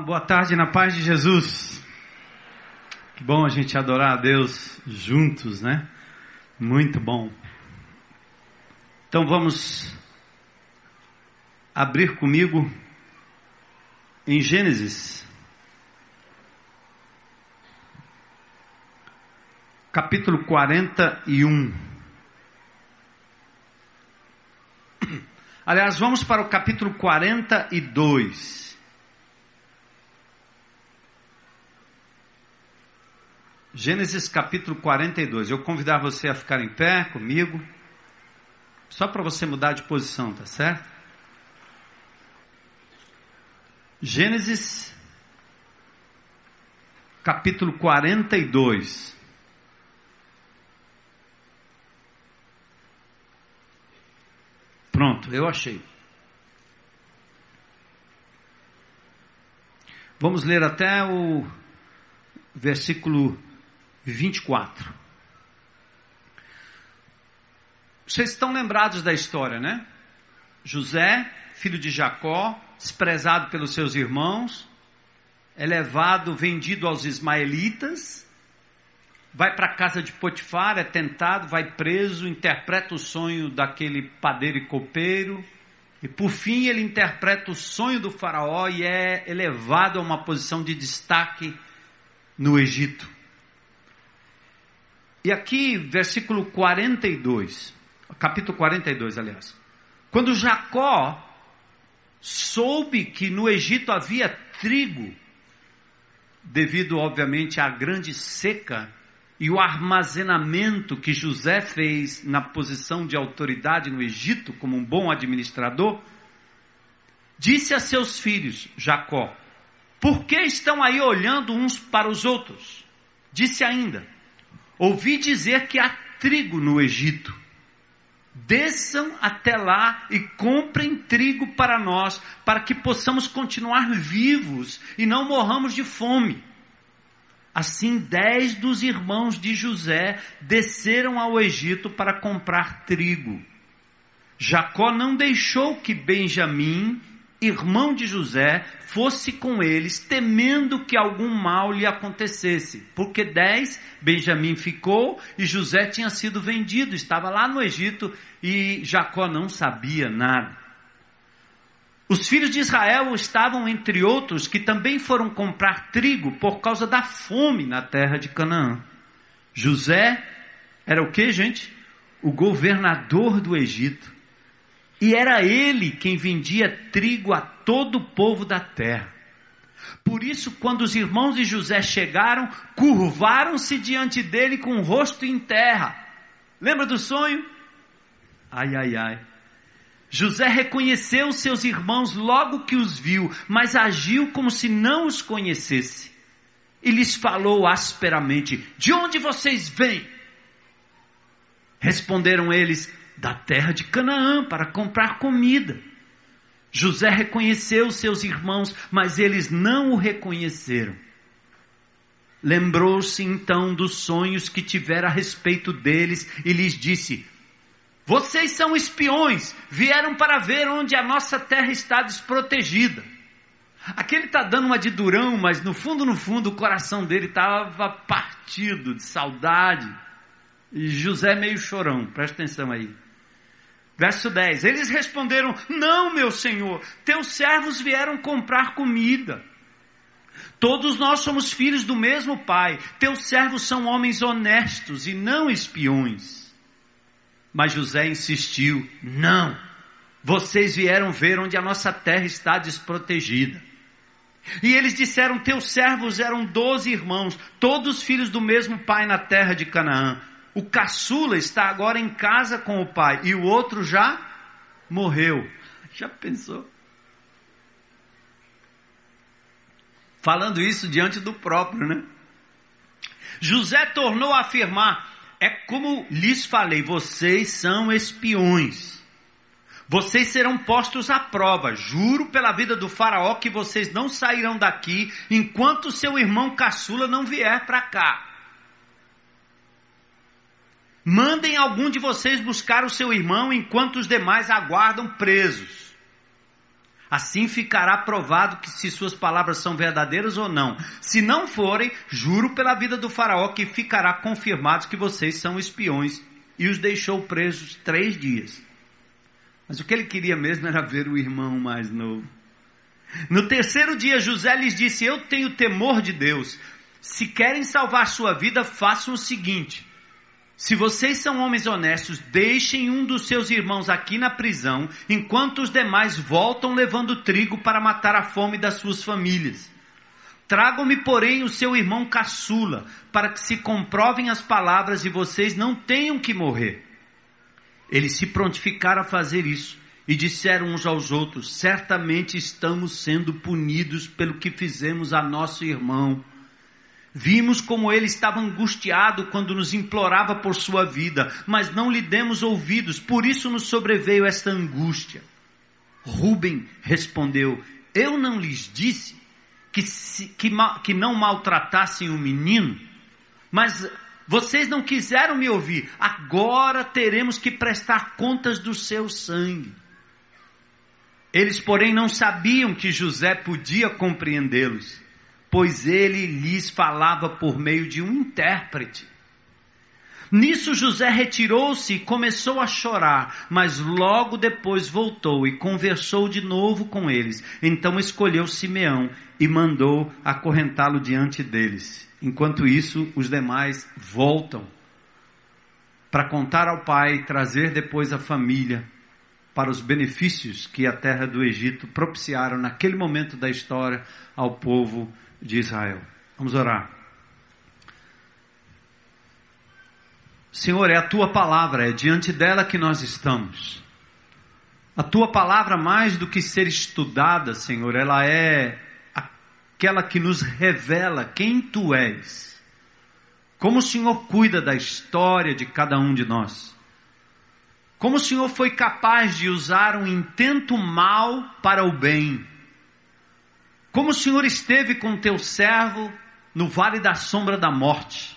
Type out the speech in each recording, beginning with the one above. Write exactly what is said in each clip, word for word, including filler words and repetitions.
Boa tarde na paz de Jesus. Que bom a gente adorar a Deus juntos, né? Muito bom. Então vamos abrir comigo em Gênesis, capítulo quarenta e um. Aliás, vamos para o capítulo quarenta e dois. Gênesis capítulo quarenta e dois. Eu convidar você a ficar em pé comigo, só para você mudar de posição, tá certo? Gênesis capítulo quarenta e dois. Pronto, eu achei. Vamos ler até o versículo vinte e quatro. Vocês estão lembrados da história, né? José, filho de Jacó, desprezado pelos seus irmãos, é levado, vendido aos ismaelitas, vai para a casa de Potifar, é tentado, vai preso, interpreta o sonho daquele padeiro e copeiro, e por fim ele interpreta o sonho do faraó e é elevado a uma posição de destaque no Egito. E aqui, versículo quarenta e dois, capítulo quarenta e dois, aliás. Quando Jacó soube que no Egito havia trigo, devido, obviamente, à grande seca e o armazenamento que José fez na posição de autoridade no Egito, como um bom administrador, disse a seus filhos, Jacó: por que estão aí olhando uns para os outros? Disse ainda: ouvi dizer que há trigo no Egito. Desçam até lá e comprem trigo para nós, para que possamos continuar vivos e não morramos de fome. Assim, dez dos irmãos de José desceram ao Egito para comprar trigo. Jacó não deixou que Benjamim, irmão de José, fosse com eles, temendo que algum mal lhe acontecesse. Porque dez, Benjamim ficou e José tinha sido vendido, estava lá no Egito e Jacó não sabia nada. Os filhos de Israel estavam entre outros que também foram comprar trigo por causa da fome na terra de Canaã. José era o que, gente? O governador do Egito. E era ele quem vendia trigo a todo o povo da terra. Por isso, quando os irmãos de José chegaram, curvaram-se diante dele com o rosto em terra. Lembra do sonho? Ai, ai, ai. José reconheceu seus irmãos logo que os viu, mas agiu como se não os conhecesse. E lhes falou asperamente: de onde vocês vêm? Responderam eles: da terra de Canaã, para comprar comida. José reconheceu seus irmãos, mas eles não o reconheceram. Lembrou-se então dos sonhos que tivera a respeito deles e lhes disse: vocês são espiões, vieram para ver onde a nossa terra está desprotegida. Aqui ele está dando uma de durão, mas no fundo, no fundo, o coração dele estava partido de saudade. E José meio chorão, presta atenção aí. Verso dez, eles responderam: não, meu senhor, teus servos vieram comprar comida. Todos nós somos filhos do mesmo pai, teus servos são homens honestos e não espiões. Mas José insistiu: não, vocês vieram ver onde a nossa terra está desprotegida. E eles disseram: teus servos eram doze irmãos, todos filhos do mesmo pai na terra de Canaã. O caçula está agora em casa com o pai, e o outro já morreu. Já pensou? Falando isso diante do próprio, né? José tornou a afirmar: é como lhes falei, vocês são espiões. Vocês serão postos à prova. Juro pela vida do faraó que vocês não sairão daqui enquanto seu irmão caçula não vier para cá. Mandem algum de vocês buscar o seu irmão enquanto os demais aguardam presos. Assim ficará provado que se suas palavras são verdadeiras ou não. Se não forem, juro pela vida do faraó que ficará confirmado que vocês são espiões. E os deixou presos três dias. Mas o que ele queria mesmo era ver o irmão mais novo. No terceiro dia, José lhes disse: eu tenho temor de Deus. Se querem salvar sua vida, façam o seguinte: se vocês são homens honestos, deixem um dos seus irmãos aqui na prisão, enquanto os demais voltam levando trigo para matar a fome das suas famílias. Tragam-me, porém, o seu irmão caçula, para que se comprovem as palavras e vocês não tenham que morrer. Eles se prontificaram a fazer isso e disseram uns aos outros: certamente estamos sendo punidos pelo que fizemos a nosso irmão. Vimos como ele estava angustiado quando nos implorava por sua vida, mas não lhe demos ouvidos, por isso nos sobreveio esta angústia. Rúben respondeu: eu não lhes disse que, se, que, que não maltratassem o menino? Mas vocês não quiseram me ouvir. Agora teremos que prestar contas do seu sangue. Eles, porém, não sabiam que José podia compreendê-los, pois ele lhes falava por meio de um intérprete. Nisso José retirou-se e começou a chorar, mas logo depois voltou e conversou de novo com eles. Então escolheu Simeão e mandou acorrentá-lo diante deles. Enquanto isso, os demais voltam para contar ao pai e trazer depois a família para os benefícios que a terra do Egito propiciaram naquele momento da história ao povo de Israel. Vamos orar. Senhor, é a tua palavra, é diante dela que nós estamos. A tua palavra, mais do que ser estudada, Senhor, ela é aquela que nos revela quem tu és. Como o Senhor cuida da história de cada um de nós. Como o Senhor foi capaz de usar um intento mal para o bem. Como o Senhor esteve com teu servo no vale da sombra da morte.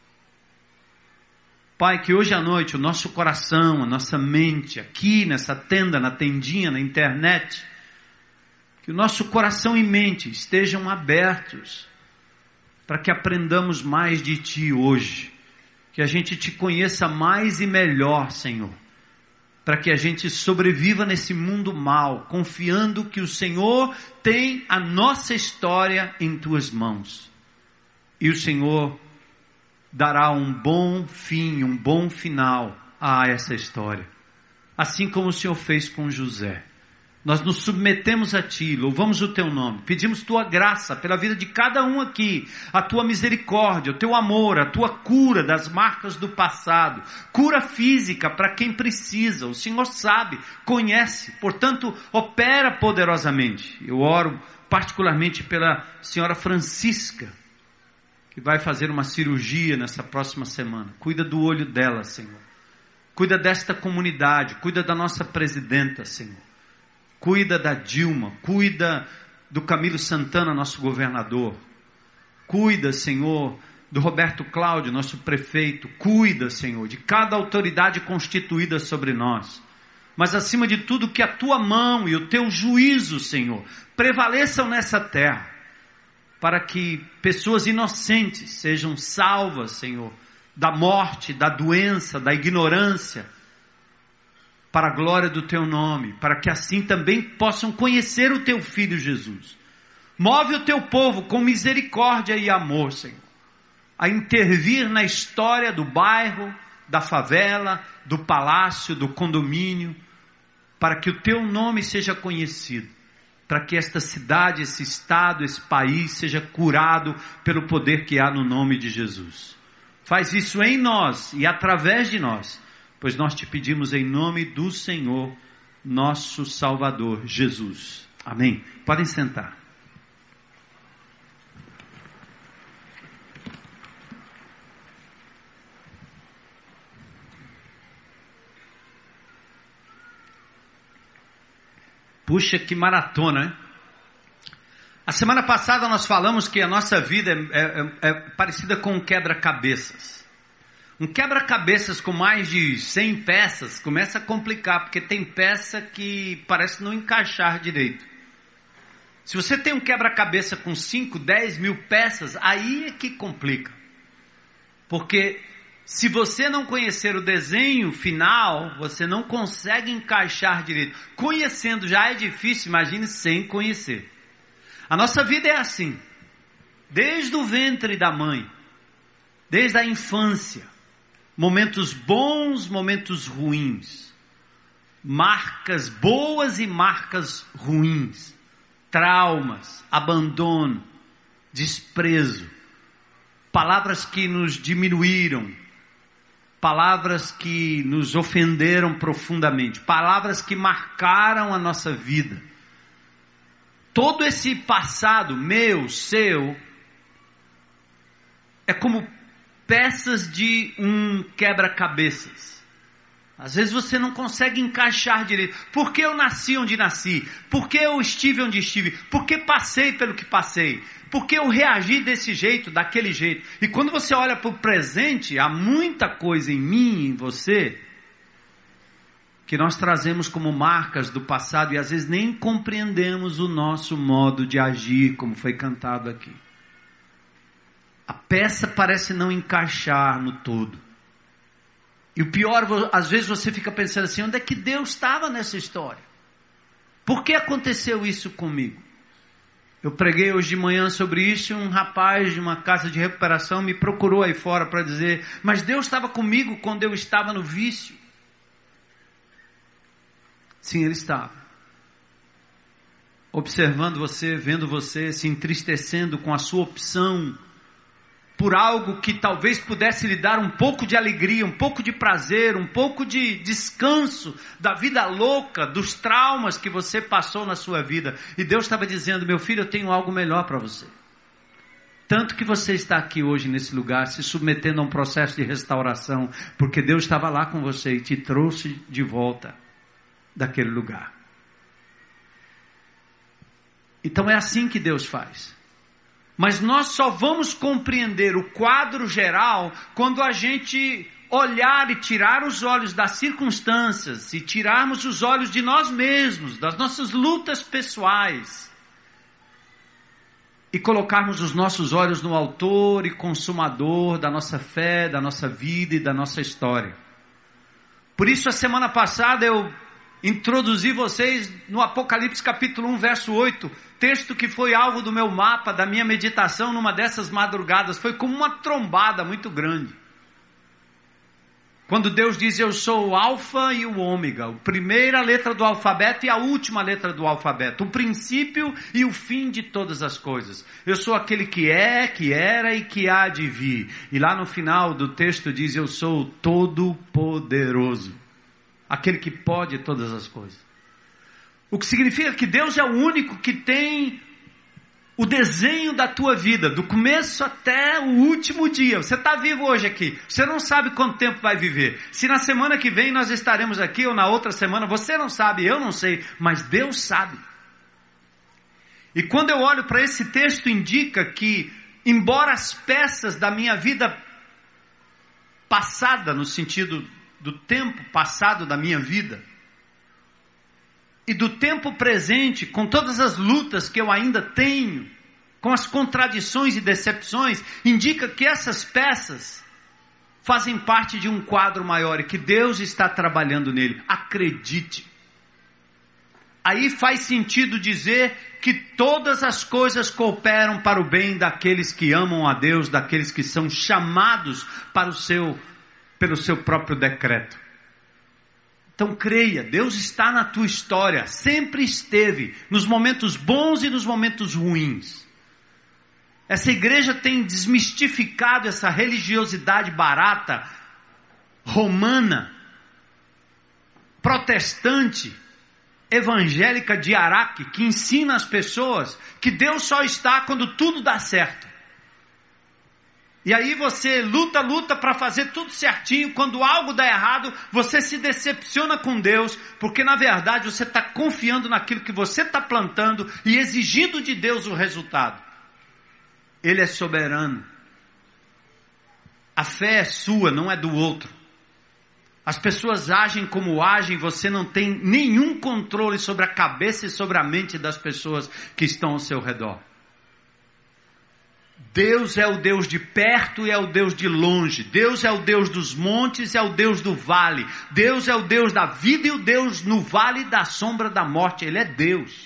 Pai, que hoje à noite o nosso coração, a nossa mente, aqui nessa tenda, na tendinha, na internet, que o nosso coração e mente estejam abertos para que aprendamos mais de Ti hoje. Que a gente Te conheça mais e melhor, Senhor. Para que a gente sobreviva nesse mundo mal, confiando que o Senhor tem a nossa história em Tuas mãos. E o Senhor dará um bom fim, um bom final a essa história. Assim como o Senhor fez com José. Nós nos submetemos a Ti, louvamos o Teu nome, pedimos Tua graça pela vida de cada um aqui, a Tua misericórdia, o Teu amor, a Tua cura das marcas do passado, cura física para quem precisa, o Senhor sabe, conhece, portanto, opera poderosamente. Eu oro particularmente pela senhora Francisca, que vai fazer uma cirurgia nessa próxima semana. Cuida do olho dela, Senhor. Cuida desta comunidade, cuida da nossa presidenta, Senhor. Cuida da Dilma, cuida do Camilo Santana, nosso governador. Cuida, Senhor, do Roberto Cláudio, nosso prefeito. Cuida, Senhor, de cada autoridade constituída sobre nós. Mas acima de tudo, que a Tua mão e o Teu juízo, Senhor, prevaleçam nessa terra. Para que pessoas inocentes sejam salvas, Senhor, da morte, da doença, da ignorância, para a glória do Teu nome, para que assim também possam conhecer o Teu Filho Jesus. Move o Teu povo com misericórdia e amor, Senhor, a intervir na história do bairro, da favela, do palácio, do condomínio, para que o Teu nome seja conhecido, para que esta cidade, esse estado, esse país seja curado pelo poder que há no nome de Jesus. Faz isso em nós e através de nós, pois nós Te pedimos em nome do Senhor, nosso Salvador, Jesus. Amém. Podem sentar. Puxa, que maratona, hein? A semana passada nós falamos que a nossa vida é, é, é parecida com um quebra-cabeças. Um quebra-cabeças com mais de cem peças começa a complicar, porque tem peça que parece não encaixar direito. Se você tem um quebra-cabeça com cinco, dez mil peças, aí é que complica. Porque se você não conhecer o desenho final, você não consegue encaixar direito. Conhecendo já é difícil, imagine sem conhecer. A nossa vida é assim. Desde o ventre da mãe, desde a infância, momentos bons, momentos ruins, marcas boas e marcas ruins, traumas, abandono, desprezo, palavras que nos diminuíram, palavras que nos ofenderam profundamente, palavras que marcaram a nossa vida. Todo esse passado meu, seu, é como peças de um quebra-cabeças. Às vezes você não consegue encaixar direito. Por que eu nasci onde nasci? Por que eu estive onde estive? Por que passei pelo que passei? Por que eu reagi desse jeito, daquele jeito? E quando você olha para o presente, há muita coisa em mim, em você, que nós trazemos como marcas do passado e às vezes nem compreendemos o nosso modo de agir, como foi cantado aqui. A peça parece não encaixar no todo. E o pior, às vezes você fica pensando assim, onde é que Deus estava nessa história? Por que aconteceu isso comigo? Eu preguei hoje de manhã sobre isso e um rapaz de uma casa de recuperação me procurou aí fora para dizer, mas Deus estava comigo quando eu estava no vício. Sim, Ele estava. Observando você, vendo você, se entristecendo com a sua opção por algo que talvez pudesse lhe dar um pouco de alegria, um pouco de prazer, um pouco de descanso da vida louca, dos traumas que você passou na sua vida. E Deus estava dizendo, meu filho, eu tenho algo melhor para você. Tanto que você está aqui hoje nesse lugar, se submetendo a um processo de restauração, porque Deus estava lá com você e te trouxe de volta daquele lugar. Então é assim que Deus faz. Mas nós só vamos compreender o quadro geral quando a gente olhar e tirar os olhos das circunstâncias e tirarmos os olhos de nós mesmos, das nossas lutas pessoais e colocarmos os nossos olhos no autor e consumador da nossa fé, da nossa vida e da nossa história. Por isso a semana passada eu introduzi vocês no Apocalipse capítulo um, verso oito, texto que foi alvo do meu mapa, da minha meditação numa dessas madrugadas, foi como uma trombada muito grande. Quando Deus diz, eu sou o alfa e o ômega, a primeira letra do alfabeto e a última letra do alfabeto, o princípio e o fim de todas as coisas. Eu sou aquele que é, que era e que há de vir. E lá no final do texto diz, eu sou o Todo-Poderoso. Aquele que pode todas as coisas. O que significa que Deus é o único que tem o desenho da tua vida, do começo até o último dia. Você está vivo hoje aqui, você não sabe quanto tempo vai viver. Se na semana que vem nós estaremos aqui ou na outra semana, você não sabe, eu não sei, mas Deus sabe. E quando eu olho para esse texto, indica que, embora as peças da minha vida passada, no sentido do tempo passado da minha vida, e do tempo presente, com todas as lutas que eu ainda tenho, com as contradições e decepções, indica que essas peças fazem parte de um quadro maior e que Deus está trabalhando nele. Acredite. Aí faz sentido dizer que todas as coisas cooperam para o bem daqueles que amam a Deus, daqueles que são chamados para o seu pelo seu próprio decreto. Então creia, Deus está na tua história, sempre esteve, nos momentos bons e nos momentos ruins. Essa igreja tem desmistificado essa religiosidade barata, romana, protestante, evangélica de Araque, que ensina as pessoas que Deus só está quando tudo dá certo. E aí você luta, luta para fazer tudo certinho. Quando algo dá errado, você se decepciona com Deus, porque na verdade você está confiando naquilo que você está plantando e exigindo de Deus o resultado. Ele é soberano. A fé é sua, não é do outro. As pessoas agem como agem, você não tem nenhum controle sobre a cabeça e sobre a mente das pessoas que estão ao seu redor. Deus é o Deus de perto e é o Deus de longe. Deus é o Deus dos montes e é o Deus do vale. Deus é o Deus da vida e o Deus no vale da sombra da morte. Ele é Deus.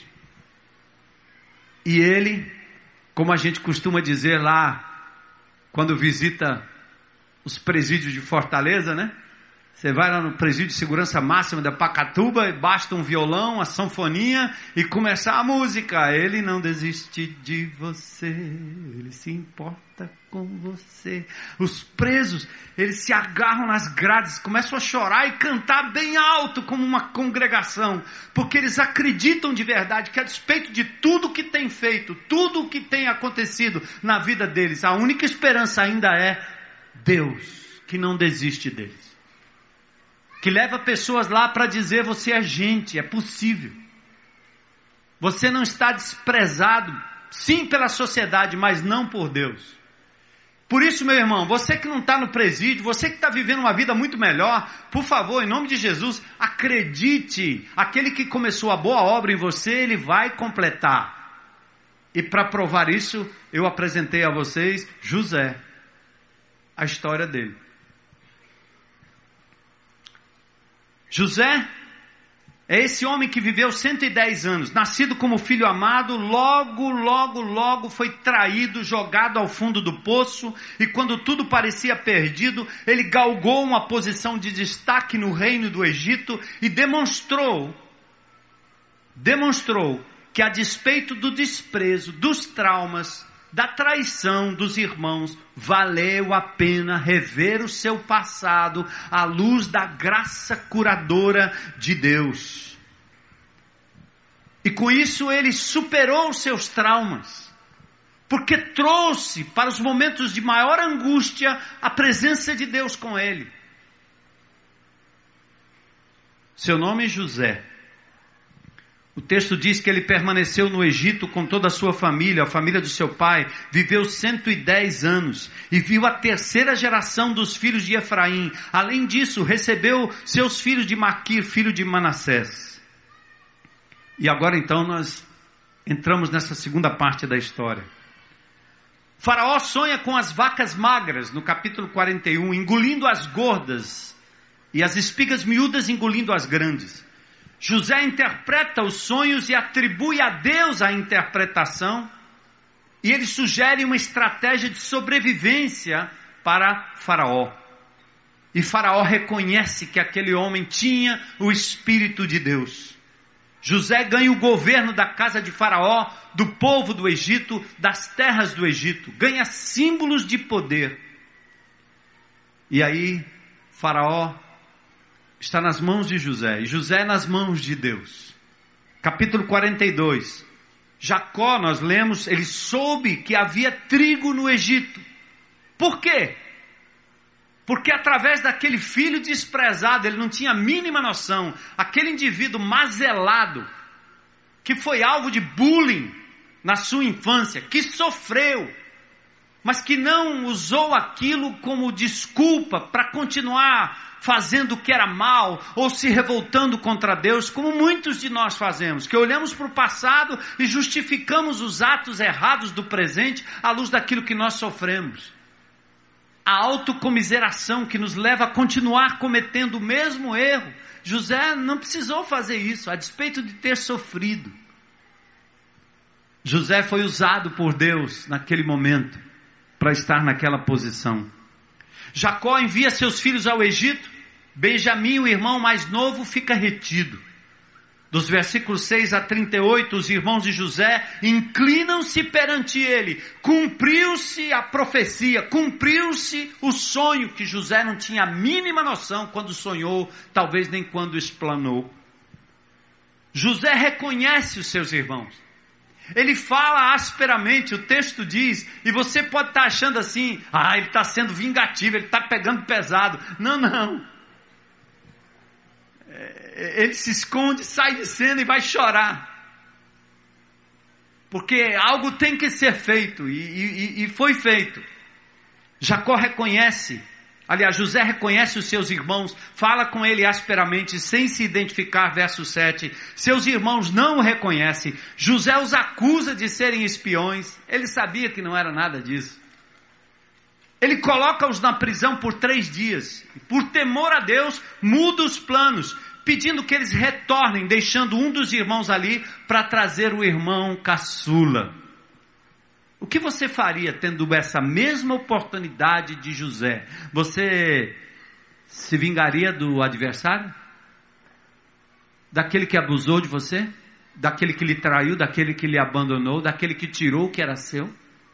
E Ele, como a gente costuma dizer lá, quando visita os presídios de Fortaleza, né? Você vai lá no presídio de segurança máxima da Pacatuba e basta um violão, a sanfoninha e começar a música. Ele não desiste de você, ele se importa com você. Os presos, eles se agarram nas grades, começam a chorar e cantar bem alto como uma congregação, porque eles acreditam de verdade que a despeito de tudo que tem feito, tudo o que tem acontecido na vida deles, a única esperança ainda é Deus, que não desiste deles. Que leva pessoas lá para dizer: você é gente, é possível. Você não está desprezado, sim, pela sociedade, mas não por Deus. Por isso, meu irmão, você que não está no presídio, você que está vivendo uma vida muito melhor, por favor, em nome de Jesus, acredite. Aquele que começou a boa obra em você, ele vai completar. E para provar isso, eu apresentei a vocês José, a história dele. José é esse homem que viveu cento e dez anos, nascido como filho amado, logo, logo, logo foi traído, jogado ao fundo do poço, e quando tudo parecia perdido, ele galgou uma posição de destaque no reino do Egito e demonstrou, demonstrou que a despeito do desprezo, dos traumas, da traição dos irmãos, valeu a pena rever o seu passado à luz da graça curadora de Deus. E com isso ele superou os seus traumas, porque trouxe para os momentos de maior angústia a presença de Deus com ele. Seu nome é José. O texto diz que ele permaneceu no Egito com toda a sua família, a família do seu pai, viveu cento e dez anos e viu a terceira geração dos filhos de Efraim. Além disso, recebeu seus filhos de Maquir, filho de Manassés. E agora então nós entramos nessa segunda parte da história. Faraó sonha com as vacas magras, no capítulo quarenta e um, engolindo as gordas e as espigas miúdas engolindo as grandes. José interpreta os sonhos e atribui a Deus a interpretação, e ele sugere uma estratégia de sobrevivência para Faraó. E Faraó reconhece que aquele homem tinha o Espírito de Deus. José ganha o governo da casa de Faraó, do povo do Egito, das terras do Egito, ganha símbolos de poder. E aí Faraó está nas mãos de José, e José nas mãos de Deus. Capítulo quarenta e dois. Jacó, nós lemos, ele soube que havia trigo no Egito. Por quê? Porque através daquele filho desprezado, ele não tinha a mínima noção, aquele indivíduo mazelado, que foi alvo de bullying na sua infância, que sofreu, mas que não usou aquilo como desculpa para continuar fazendo o que era mal, ou se revoltando contra Deus, como muitos de nós fazemos, que olhamos para o passado e justificamos os atos errados do presente à luz daquilo que nós sofremos. A autocomiseração que nos leva a continuar cometendo o mesmo erro. José não precisou fazer isso, a despeito de ter sofrido. José foi usado por Deus naquele momento para estar naquela posição. Jacó envia seus filhos ao Egito. Benjamim, o irmão mais novo, fica retido. Dos versículos seis a trinta e oito, os irmãos de José inclinam-se perante ele. Cumpriu-se a profecia, cumpriu-se o sonho que José não tinha a mínima noção quando sonhou, talvez nem quando explanou. José reconhece os seus irmãos. Ele fala asperamente, o texto diz, e você pode estar achando assim, ah, ele está sendo vingativo, ele está pegando pesado. Não, não. Ele se esconde, sai de cena e vai chorar. Porque algo tem que ser feito, e, e, e foi feito. Jacó reconhece Aliás, José reconhece os seus irmãos, fala com ele asperamente, sem se identificar, verso sete. Seus irmãos não o reconhecem. José os acusa de serem espiões. Ele sabia que não era nada disso. Ele coloca-os na prisão por três dias. Por temor a Deus, muda os planos, pedindo que eles retornem, deixando um dos irmãos ali para trazer o irmão caçula. O que você faria tendo essa mesma oportunidade de José? Você se vingaria do adversário? Daquele que abusou de você? Daquele que lhe traiu? Daquele que lhe abandonou? Daquele que tirou o que era seu?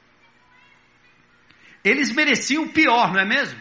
Eles mereciam o pior, não é mesmo?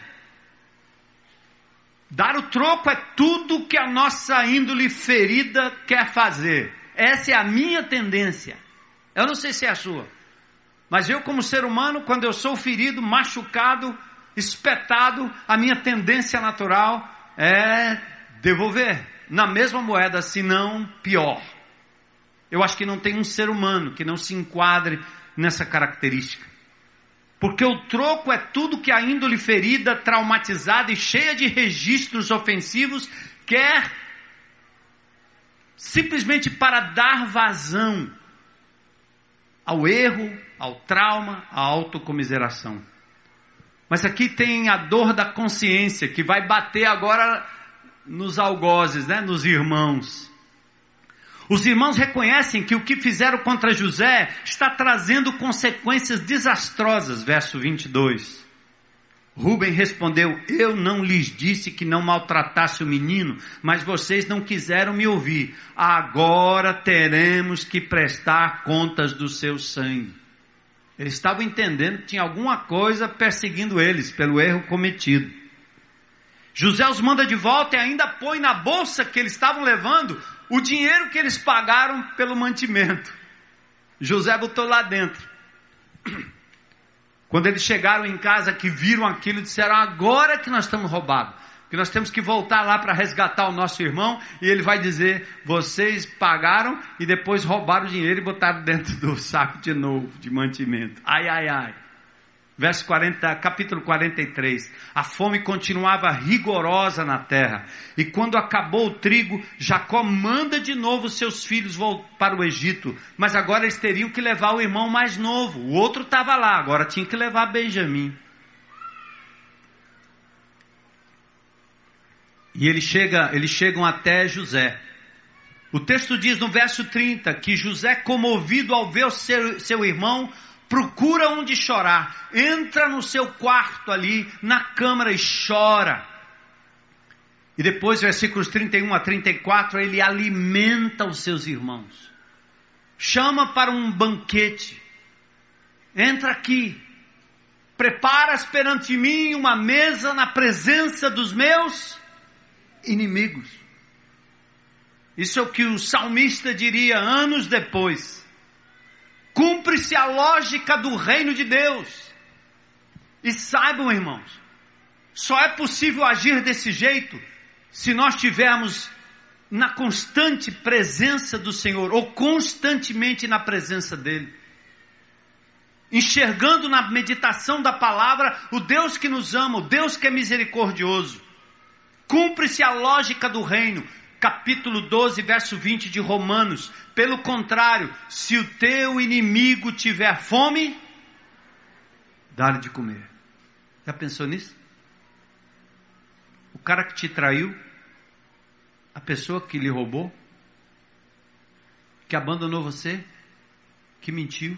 Dar o troco é tudo que a nossa índole ferida quer fazer. Essa é a minha tendência. Eu não sei se é a sua. Mas eu, como ser humano, quando eu sou ferido, machucado, espetado, a minha tendência natural é devolver na mesma moeda, se não pior. Eu acho que não tem um ser humano que não se enquadre nessa característica. Porque o troco é tudo que a índole ferida, traumatizada e cheia de registros ofensivos quer simplesmente para dar vazão ao erro, ao trauma, à autocomiseração. Mas aqui tem a dor da consciência que vai bater agora nos algozes, né? Nos irmãos. Os irmãos reconhecem que o que fizeram contra José está trazendo consequências desastrosas, verso vinte e dois. Rúben respondeu: eu não lhes disse que não maltratasse o menino, mas vocês não quiseram me ouvir. Agora teremos que prestar contas do seu sangue. Eles estavam entendendo que tinha alguma coisa perseguindo eles pelo erro cometido. José os manda de volta e ainda põe na bolsa que eles estavam levando o dinheiro que eles pagaram pelo mantimento. José botou lá dentro. Quando eles chegaram em casa, que viram aquilo, disseram: agora que nós estamos roubados, que nós temos que voltar lá para resgatar o nosso irmão. E ele vai dizer: vocês pagaram e depois roubaram o dinheiro e botaram dentro do saco de novo, de mantimento. Ai, ai, ai. Verso quarenta, capítulo quarenta e três. A fome continuava rigorosa na terra. E quando acabou o trigo, Jacó manda de novo seus filhos para o Egito. Mas agora eles teriam que levar o irmão mais novo. O outro estava lá, agora tinha que levar Benjamim. E ele chega, eles chegam até José. O texto diz no verso trinta que José, comovido ao ver o seu, seu irmão, procura onde chorar, entra no seu quarto ali, na câmara, e chora. E depois, versículos trinta e um a trinta e quatro, ele alimenta os seus irmãos. Chama para um banquete. Entra aqui. Preparas perante mim uma mesa na presença dos meus inimigos. Isso é o que o salmista diria anos depois. Cumpre-se a lógica do reino de Deus. E saibam, irmãos, só é possível agir desse jeito se nós tivermos na constante presença do Senhor, ou constantemente na presença dEle. Enxergando na meditação da palavra o Deus que nos ama, o Deus que é misericordioso. Cumpre-se a lógica do reino. Capítulo doze, verso vinte de Romanos. Pelo contrário, se o teu inimigo tiver fome, dá-lhe de comer. Já pensou nisso? O cara que te traiu, a pessoa que lhe roubou, que abandonou você, que mentiu,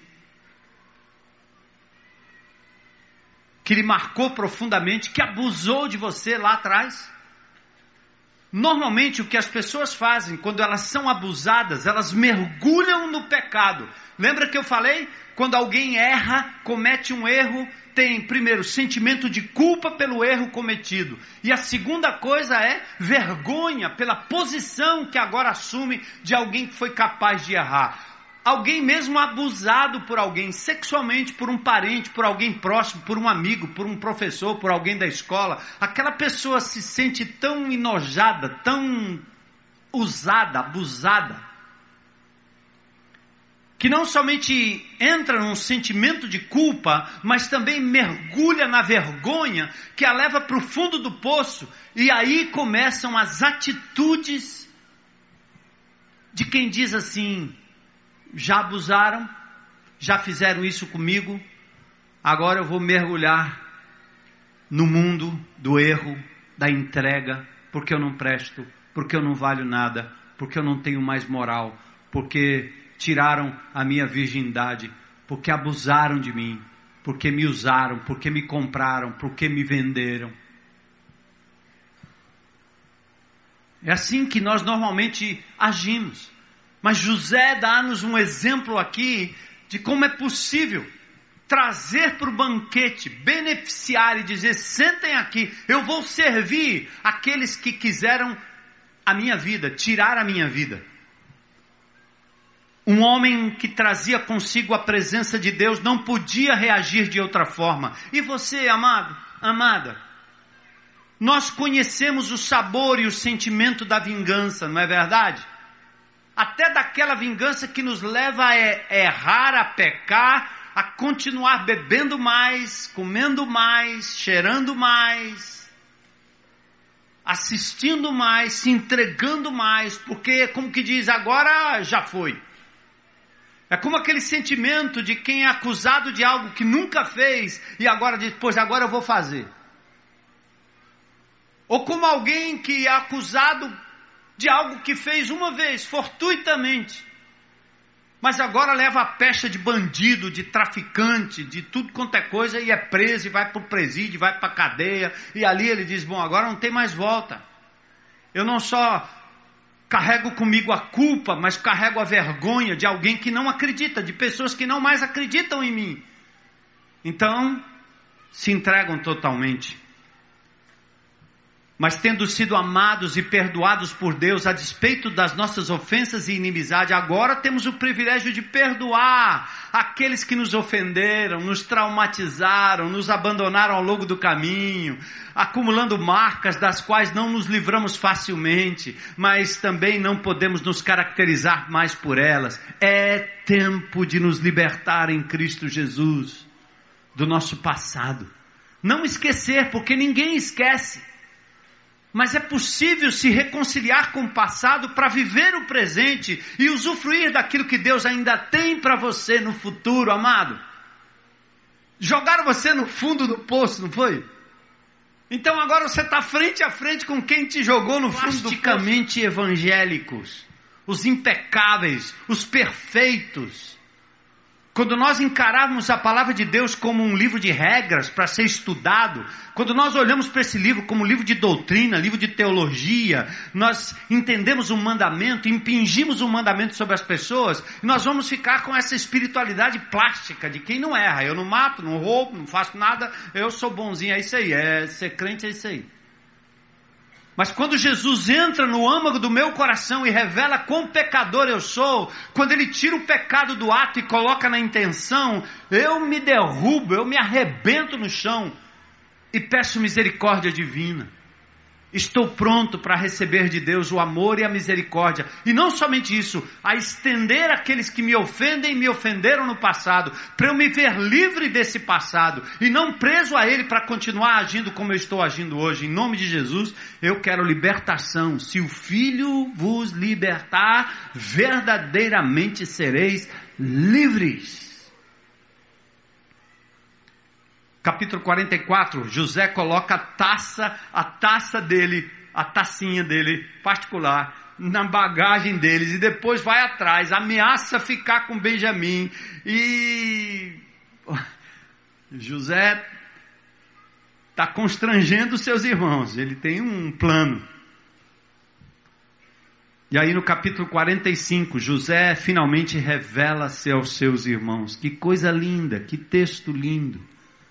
que lhe marcou profundamente, que abusou de você lá atrás. Normalmente o que as pessoas fazem quando elas são abusadas, elas mergulham no pecado. Lembra que eu falei? Quando alguém erra, comete um erro, tem primeiro sentimento de culpa pelo erro cometido. E a segunda coisa é vergonha pela posição que agora assume de alguém que foi capaz de errar. Alguém mesmo abusado por alguém, sexualmente, por um parente, por alguém próximo, por um amigo, por um professor, por alguém da escola. Aquela pessoa se sente tão enojada, tão usada, abusada. que não somente entra num sentimento de culpa, mas também mergulha na vergonha, que a leva para o fundo do poço, e aí começam as atitudes de quem diz assim: já abusaram, já fizeram isso comigo, agora eu vou mergulhar no mundo do erro, da entrega, porque eu não presto, porque eu não valho nada, porque eu não tenho mais moral, porque tiraram a minha virgindade, porque abusaram de mim, porque me usaram, porque me compraram, porque me venderam. É assim que nós normalmente agimos. Mas José dá-nos um exemplo aqui de como é possível trazer para o banquete, beneficiar e dizer: sentem aqui, eu vou servir aqueles que quiseram a minha vida, tirar a minha vida. Um homem que trazia consigo a presença de Deus não podia reagir de outra forma. E você, amado, amada, nós conhecemos o sabor e o sentimento da vingança, não é verdade? Até daquela vingança que nos leva a errar, a pecar, a continuar bebendo mais, comendo mais, cheirando mais, assistindo mais, se entregando mais, porque, como que diz, agora já foi. É como aquele sentimento de quem é acusado de algo que nunca fez e agora diz: pois agora eu vou fazer. Ou como alguém que é acusado de algo que fez uma vez, fortuitamente, mas agora leva a pecha de bandido, de traficante, de tudo quanto é coisa, e é preso, e vai para o presídio, vai para a cadeia, e ali ele diz: bom, agora não tem mais volta. Eu não só carrego comigo a culpa, mas carrego a vergonha de alguém que não acredita, de pessoas que não mais acreditam em mim. Então, se entregam totalmente. Mas tendo sido amados e perdoados por Deus a despeito das nossas ofensas e inimizade, agora temos o privilégio de perdoar aqueles que nos ofenderam, nos traumatizaram, nos abandonaram ao longo do caminho, acumulando marcas das quais não nos livramos facilmente, mas também não podemos nos caracterizar mais por elas. É tempo de nos libertar em Cristo Jesus do nosso passado. Não esquecer, porque ninguém esquece. Mas é possível se reconciliar com o passado para viver o presente e usufruir daquilo que Deus ainda tem para você no futuro, amado. Jogaram você no fundo do poço, não foi? Então agora você está frente a frente com quem te jogou no fundo do poço. Plasticamente evangélicos, os impecáveis, os perfeitos. Quando nós encararmos a palavra de Deus como um livro de regras para ser estudado, quando nós olhamos para esse livro como livro de doutrina, livro de teologia, nós entendemos um mandamento, impingimos um mandamento sobre as pessoas, e nós vamos ficar com essa espiritualidade plástica de quem não erra. Eu não mato, não roubo, não faço nada, eu sou bonzinho, é isso aí, é ser crente, é isso aí. Mas quando Jesus entra no âmago do meu coração e revela quão pecador eu sou, quando Ele tira o pecado do ato e coloca na intenção, eu me derrubo, eu me arrebento no chão e peço misericórdia divina. Estou pronto para receber de Deus o amor e a misericórdia. E não somente isso, a estender aqueles que me ofendem e me ofenderam no passado, para eu me ver livre desse passado e não preso a ele para continuar agindo como eu estou agindo hoje. Em nome de Jesus, eu quero libertação. Se o Filho vos libertar, verdadeiramente sereis livres. Capítulo quarenta e quatro, José coloca a taça, a taça dele, a tacinha dele particular, na bagagem deles, e depois vai atrás, ameaça ficar com Benjamim, e José está constrangendo seus irmãos, ele tem um plano. E aí no capítulo quarenta e cinco, José finalmente revela-se aos seus irmãos. Que coisa linda, que texto lindo.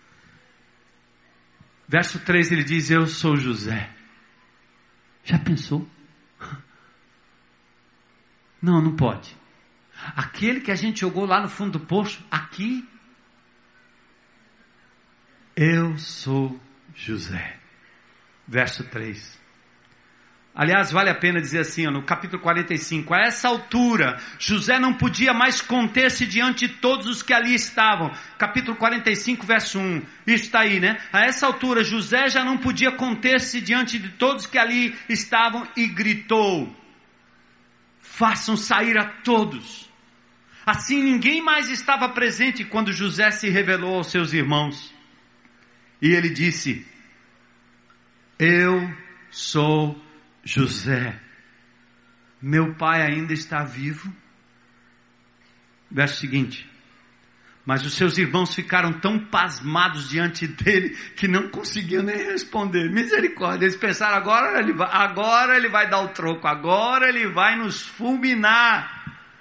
Verso três, ele diz: eu sou José. Já pensou? Não, não pode. Aquele que a gente jogou lá no fundo do poço, aqui, eu sou José. Verso três. Aliás, vale a pena dizer assim, ó, no capítulo quarenta e cinco, a essa altura, José não podia mais conter-se diante de todos os que ali estavam. Capítulo quarenta e cinco, verso um, isso está aí, né? A essa altura, José já não podia conter-se diante de todos que ali estavam e gritou: façam sair a todos. Assim ninguém mais estava presente quando José se revelou aos seus irmãos. E ele disse: eu sou José, meu pai ainda está vivo? Verso seguinte: mas os seus irmãos ficaram tão pasmados diante dele que não conseguiam nem responder. Misericórdia, eles pensaram, agora ele vai, agora ele vai dar o troco, agora ele vai nos fulminar.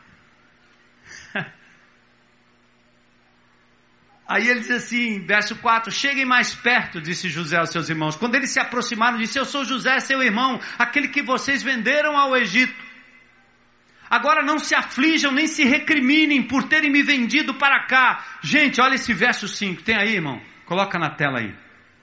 Aí ele diz assim, verso quatro, cheguem mais perto, disse José aos seus irmãos. Quando eles se aproximaram, disse: eu sou José, seu irmão, aquele que vocês venderam ao Egito. Agora não se aflijam, nem se recriminem por terem me vendido para cá. Gente, olha esse verso cinco, tem aí, irmão? Coloca na tela aí.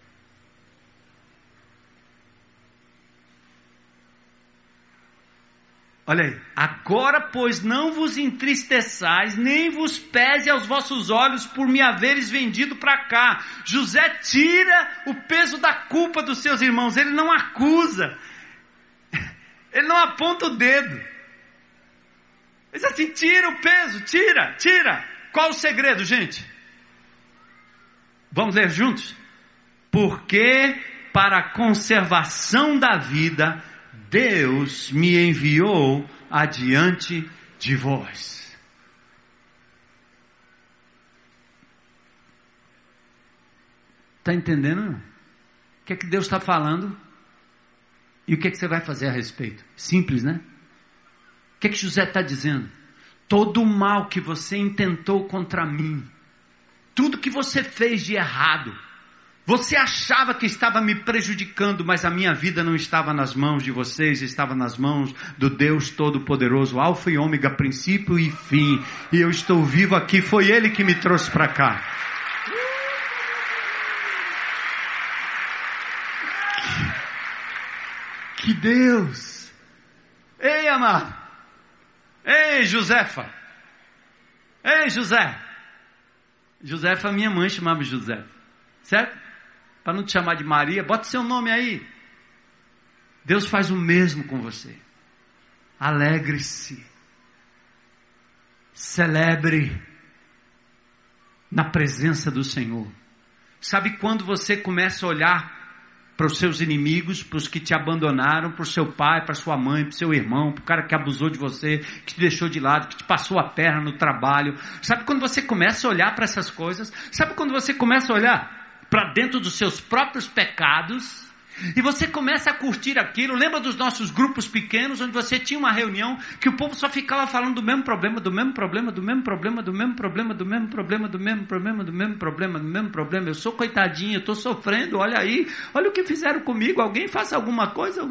Olha aí, agora pois não vos entristeçais, nem vos pese aos vossos olhos por me haveres vendido para cá. José tira o peso da culpa dos seus irmãos, ele não acusa, ele não aponta o dedo. Ele diz assim, tira o peso, tira, tira. Qual o segredo, gente? Vamos ler juntos? Porque para a conservação da vida, Deus me enviou adiante de vós. Está entendendo? O que é que Deus está falando? E o que é que você vai fazer a respeito? Simples, né? O que é que José está dizendo? Todo o mal que você intentou contra mim, tudo que você fez de errado, você achava que estava me prejudicando, mas a minha vida não estava nas mãos de vocês, estava nas mãos do Deus Todo-Poderoso, Alfa e Ômega, princípio e fim. E eu estou vivo aqui, foi Ele que me trouxe para cá. Que, que Deus! Ei, amado! Ei, Josefa! Ei, José! Josefa, minha mãe chamava José, certo? Para não te chamar de Maria, bota seu nome aí. Deus faz o mesmo com você. Alegre-se. Celebre na presença do Senhor. Sabe quando você começa a olhar para os seus inimigos, para os que te abandonaram, para o seu pai, para sua mãe, para o seu irmão, para o cara que abusou de você, que te deixou de lado, que te passou a perna no trabalho. Sabe quando você começa a olhar para essas coisas? Sabe quando você começa a olhar para dentro dos seus próprios pecados, e você começa a curtir aquilo? Lembra dos nossos grupos pequenos, onde você tinha uma reunião, que o povo só ficava falando do mesmo problema, do mesmo problema, do mesmo problema, do mesmo problema, do mesmo problema, do mesmo problema, do mesmo problema, do mesmo problema, eu sou coitadinho, eu estou sofrendo, olha aí, olha o que fizeram comigo, alguém faça alguma coisa.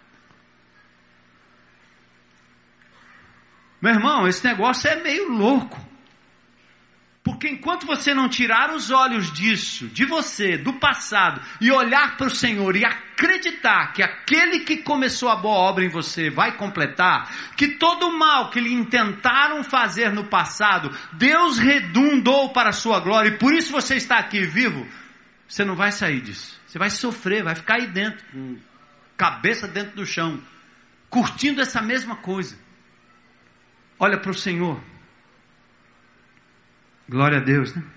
Meu irmão, esse negócio é meio louco. Porque enquanto você não tirar os olhos disso, de você, do passado, e olhar para o Senhor e acreditar que aquele que começou a boa obra em você vai completar, que todo o mal que lhe intentaram fazer no passado, Deus redundou para a sua glória, e por isso você está aqui vivo, você não vai sair disso. Você vai sofrer, vai ficar aí dentro, com cabeça dentro do chão, curtindo essa mesma coisa. Olha para o Senhor. Glória a Deus, né?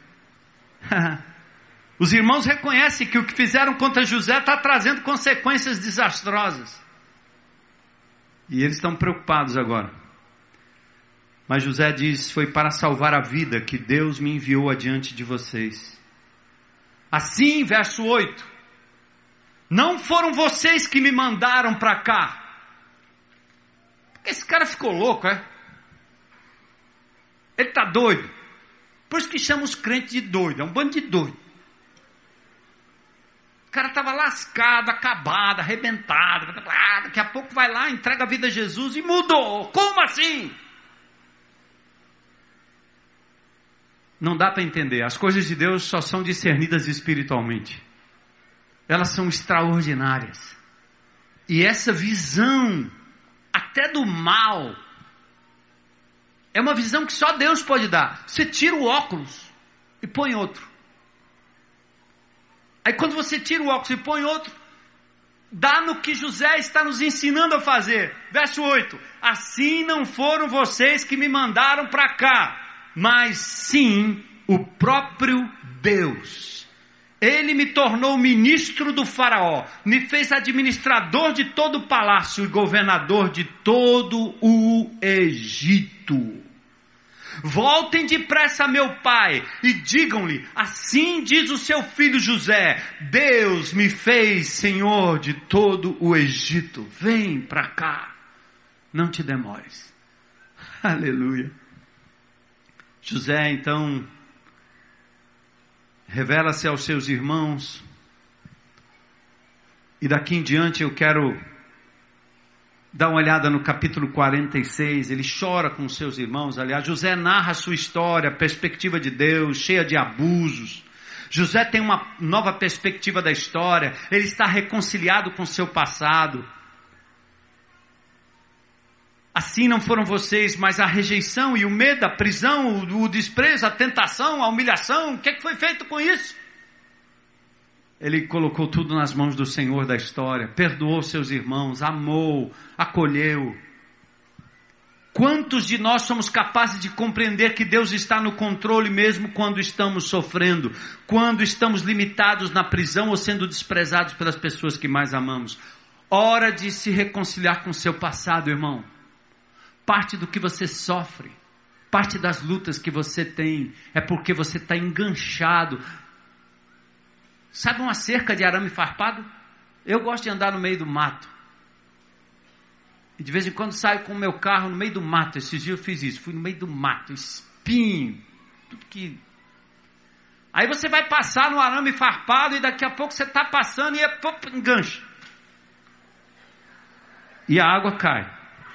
Os irmãos reconhecem que o que fizeram contra José está trazendo consequências desastrosas. E eles estão preocupados agora. Mas José diz, foi para salvar a vida que Deus me enviou adiante de vocês. Assim, verso oito, não foram vocês que me mandaram para cá. Porque esse cara ficou louco, é? Ele está doido. Por isso que chama os crentes de doido, é um bando de doido. O cara estava lascado, acabado, arrebentado. Daqui a pouco vai lá, entrega a vida a Jesus e mudou. Como assim? Não dá para entender. As coisas de Deus só são discernidas espiritualmente. Elas são extraordinárias. E essa visão, até do mal, é uma visão que só Deus pode dar. Você tira o óculos e põe outro. Aí quando você tira o óculos e põe outro, dá no que José está nos ensinando a fazer. Verso oito. Assim não foram vocês que me mandaram para cá, mas sim o próprio Deus. Ele me tornou ministro do faraó, me fez administrador de todo o palácio e governador de todo o Egito. Voltem depressa a meu pai e digam-lhe, assim diz o seu filho José, Deus me fez senhor de todo o Egito. Vem para cá, não te demores. Aleluia. José então revela-se aos seus irmãos, e daqui em diante eu quero dar uma olhada no capítulo quarenta e seis, ele chora com seus irmãos. Aliás, José narra a sua história, a perspectiva de Deus, cheia de abusos. José tem uma nova perspectiva da história, ele está reconciliado com seu passado. Assim não foram vocês, mas a rejeição e o medo, a prisão, o, o desprezo, a tentação, a humilhação, o que, é que foi feito com isso? Ele colocou tudo nas mãos do Senhor da história, perdoou seus irmãos, amou, acolheu. Quantos de nós somos capazes de compreender que Deus está no controle mesmo quando estamos sofrendo, quando estamos limitados na prisão ou sendo desprezados pelas pessoas que mais amamos? Hora de se reconciliar com o seu passado, irmão. Parte do que você sofre, parte das lutas que você tem, é porque você está enganchado. Sabe uma cerca de arame farpado? Eu gosto de andar no meio do mato. E de vez em quando saio com o meu carro no meio do mato. Esses dias eu fiz isso, fui no meio do mato, espinho, tudo que... Aí você vai passar no arame farpado e daqui a pouco você está passando e é, pô, engancha. E a água cai.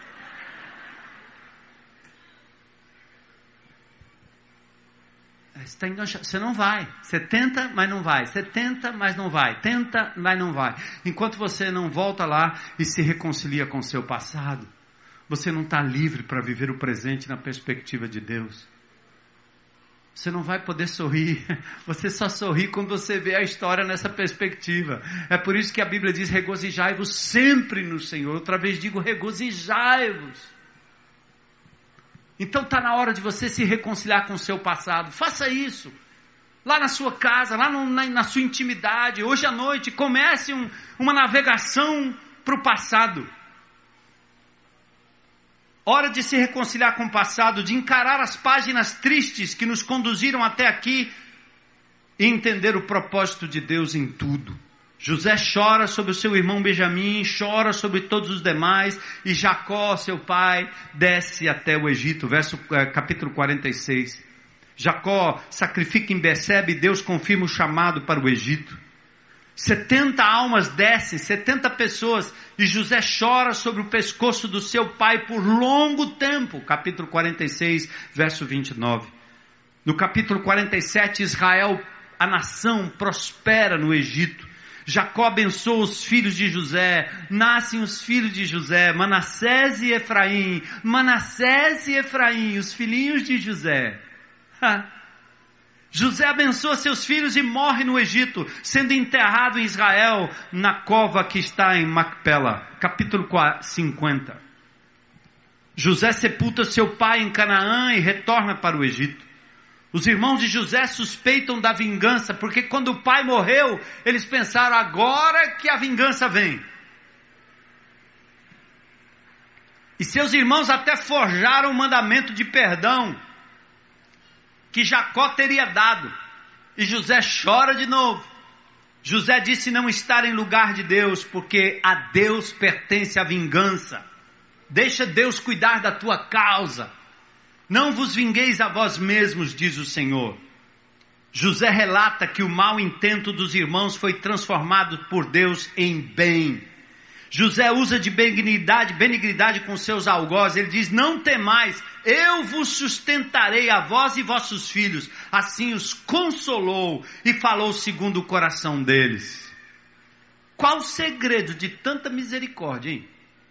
Você está enganchado, você não vai. Você tenta, mas não vai. Você tenta, mas não vai. Tenta, mas não vai. Enquanto você não volta lá e se reconcilia com o seu passado, você não está livre para viver o presente na perspectiva de Deus. Você não vai poder sorrir. Você só sorri quando você vê a história nessa perspectiva. É por isso que a Bíblia diz, regozijai-vos sempre no Senhor. Outra vez digo, regozijai-vos. Então está na hora de você se reconciliar com o seu passado. Faça isso. Lá na sua casa, lá no, na, na sua intimidade. Hoje à noite, comece um, uma navegação para o passado. Hora de se reconciliar com o passado, de encarar as páginas tristes que nos conduziram até aqui e entender o propósito de Deus em tudo. José chora sobre o seu irmão Benjamim, chora sobre todos os demais, e Jacó, seu pai, desce até o Egito, verso, capítulo quarenta e seis. Jacó sacrifica em Berseba e Deus confirma o chamado para o Egito. setenta almas descem, setenta pessoas, e José chora sobre o pescoço do seu pai por longo tempo, capítulo quarenta e seis, verso vinte e nove. No capítulo quarenta e sete, Israel, a nação, prospera no Egito. Jacó abençoa os filhos de José, nascem os filhos de José, Manassés e Efraim, Manassés e Efraim, os filhinhos de José. Ha. José abençoa seus filhos e morre no Egito, sendo enterrado em Israel, na cova que está em Macpela, capítulo cinquenta. José sepulta seu pai em Canaã e retorna para o Egito. Os irmãos de José suspeitam da vingança, porque quando o pai morreu, eles pensaram, agora que a vingança vem. E seus irmãos até forjaram o mandamento de perdão, que Jacó teria dado. E José chora de novo. José disse não estar em lugar de Deus, porque a Deus pertence a vingança. Deixa Deus cuidar da tua causa. Não vos vingueis a vós mesmos, diz o Senhor. José relata que o mau intento dos irmãos foi transformado por Deus em bem. José usa de benignidade, benignidade com seus algozes. Ele diz, não temais, eu vos sustentarei a vós e vossos filhos. Assim os consolou e falou segundo o coração deles. Qual o segredo de tanta misericórdia, hein?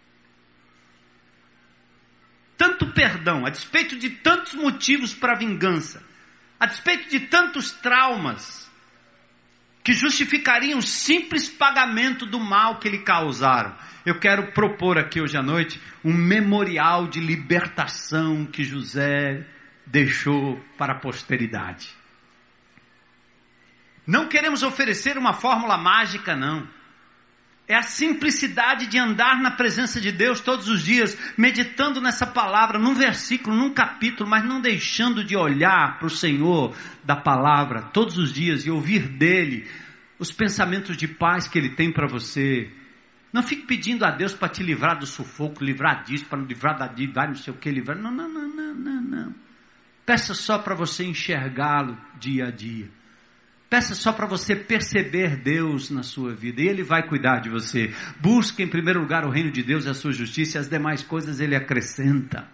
Tanto perdão, a despeito de tantos motivos para vingança, a despeito de tantos traumas que justificariam o simples pagamento do mal que lhe causaram. Eu quero propor aqui hoje à noite um memorial de libertação que José deixou para a posteridade. Não queremos oferecer uma fórmula mágica, não. É a simplicidade de andar na presença de Deus todos os dias, meditando nessa palavra, num versículo, num capítulo, mas não deixando de olhar para o Senhor da palavra todos os dias e ouvir dele os pensamentos de paz que ele tem para você. Não fique pedindo a Deus para te livrar do sufoco, livrar disso, para livrar da dívida, não sei o que, livrar. Não, não, não, não, não, não. Peça só para você enxergá-lo dia a dia. Peça só para você perceber Deus na sua vida, e Ele vai cuidar de você. Busque em primeiro lugar o reino de Deus e a sua justiça, e as demais coisas Ele acrescenta.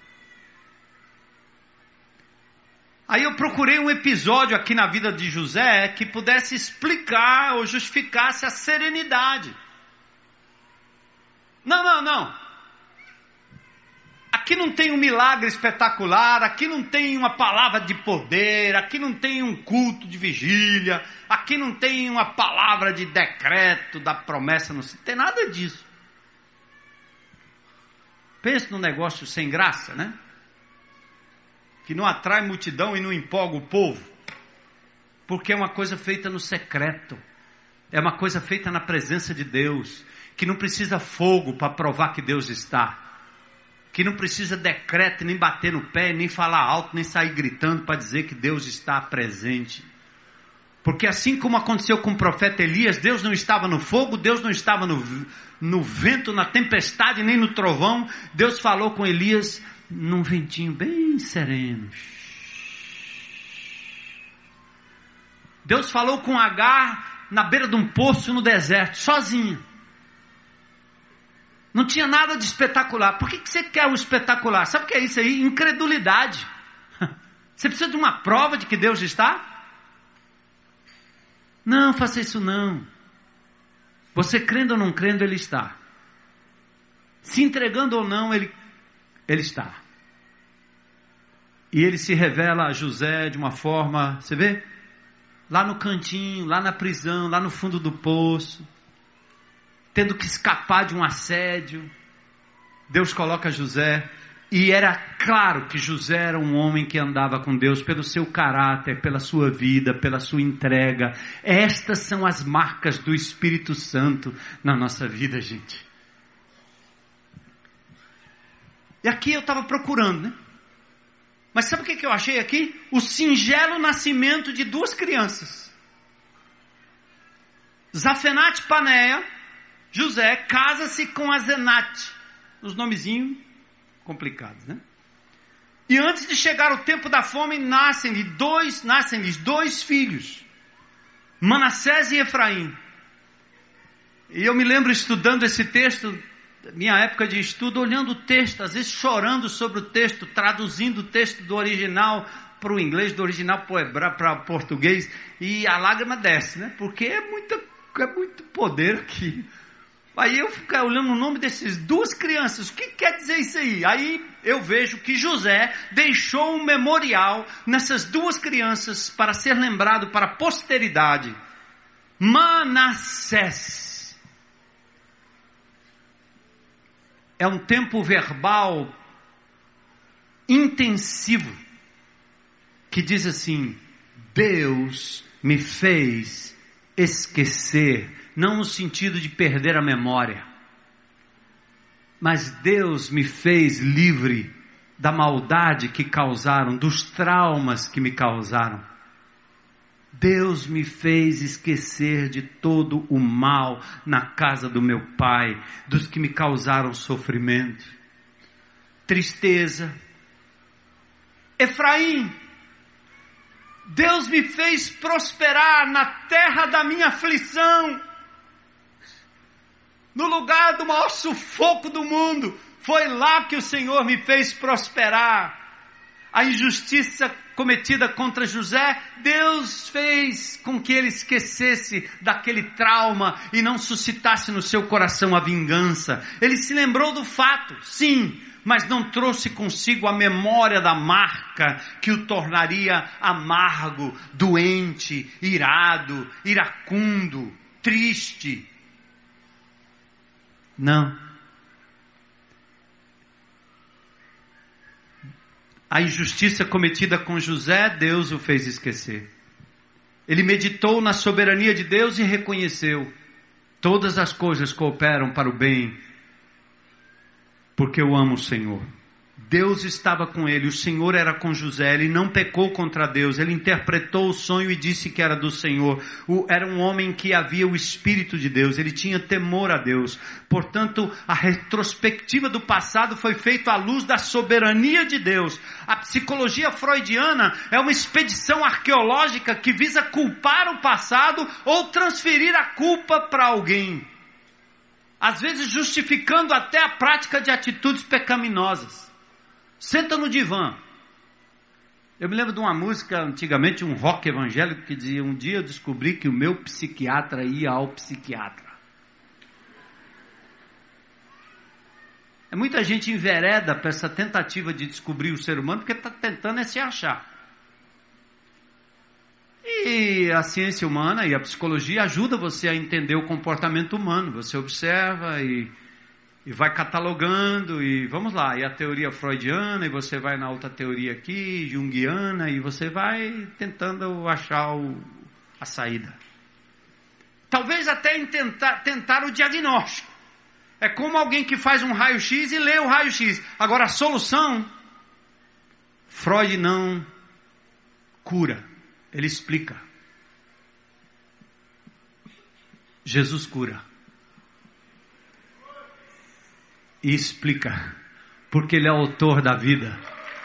Aí eu procurei um episódio aqui na vida de José que pudesse explicar ou justificasse a serenidade. Não, não, não. Aqui não tem um milagre espetacular, aqui não tem uma palavra de poder, aqui não tem um culto de vigília, aqui não tem uma palavra de decreto da promessa, não tem nada disso. Pense num negócio sem graça, né? Que não atrai multidão e não empolga o povo, porque é uma coisa feita no secreto, é uma coisa feita na presença de Deus, que não precisa fogo para provar que Deus está, que não precisa decreto, nem bater no pé, nem falar alto, nem sair gritando para dizer que Deus está presente. Porque assim como aconteceu com o profeta Elias, Deus não estava no fogo, Deus não estava no, no vento, na tempestade, nem no trovão. Deus falou com Elias num ventinho bem sereno. Deus falou com Agar na beira de um poço no deserto, sozinho. Não tinha nada de espetacular. Por que que você quer o espetacular? Sabe o que é isso aí? Incredulidade. Você precisa de uma prova de que Deus está? Não, faça isso não. Você crendo ou não crendo, Ele está. Se entregando ou não, Ele, ele está. E Ele se revela a José de uma forma, você vê? Lá no cantinho, lá na prisão, lá no fundo do poço, tendo que escapar de um assédio, Deus coloca José, e era claro que José era um homem que andava com Deus pelo seu caráter, pela sua vida, pela sua entrega. Estas são as marcas do Espírito Santo na nossa vida, gente. E aqui eu estava procurando, né? Mas sabe o que eu achei aqui? O singelo nascimento de duas crianças. Zafenate Paneia, José, casa-se com Azenate. Os nomezinhos complicados, né? E antes de chegar o tempo da fome, nascem-lhe dois, nascem-lhes dois filhos, Manassés e Efraim. E eu me lembro estudando esse texto, minha época de estudo, olhando o texto, às vezes chorando sobre o texto, traduzindo o texto do original para o inglês, do original para o português, e a lágrima desce, né? Porque é, muita, é muito poder aqui. Aí eu fico olhando o nome dessas duas crianças, o que quer dizer isso aí? Aí eu vejo que José deixou um memorial nessas duas crianças para ser lembrado para a posteridade. Manassés. É um tempo verbal intensivo que diz assim: Deus me fez esquecer. Não no sentido de perder a memória, mas Deus me fez livre da maldade que causaram, dos traumas que me causaram. Deus me fez esquecer de todo o mal na casa do meu pai, dos que me causaram sofrimento, tristeza. Efraim, Deus me fez prosperar na terra da minha aflição. No lugar do maior sufoco do mundo, foi lá que o Senhor me fez prosperar. A injustiça cometida contra José, Deus fez com que ele esquecesse daquele trauma e não suscitasse no seu coração a vingança. Ele se lembrou do fato, sim, mas não trouxe consigo a memória da marca que o tornaria amargo, doente, irado, iracundo, triste. Não. A injustiça cometida com José, Deus o fez esquecer. Ele meditou na soberania de Deus e reconheceu: todas as coisas cooperam para o bem, porque eu amo o Senhor. Deus estava com ele, o Senhor era com José, ele não pecou contra Deus, ele interpretou o sonho e disse que era do Senhor. O, era um homem que havia o Espírito de Deus, ele tinha temor a Deus. Portanto, a retrospectiva do passado foi feita à luz da soberania de Deus. A psicologia freudiana é uma expedição arqueológica que visa culpar o passado ou transferir a culpa para alguém. Às vezes justificando até a prática de atitudes pecaminosas. Senta no divã. Eu me lembro de uma música, antigamente, um rock evangélico, que dizia: um dia eu descobri que o meu psiquiatra ia ao psiquiatra. É muita gente envereda para essa tentativa de descobrir o ser humano, porque está tentando é se achar. E a ciência humana e a psicologia ajuda você a entender o comportamento humano. Você observa e... e vai catalogando, e vamos lá, e a teoria freudiana, e você vai na outra teoria aqui, junguiana, e você vai tentando achar o, a saída. Talvez até em tentar, tentar o diagnóstico. É como alguém que faz um raio-x e lê o raio-x. Agora a solução, Freud não cura, ele explica. Jesus cura. E explica, porque ele é autor da vida.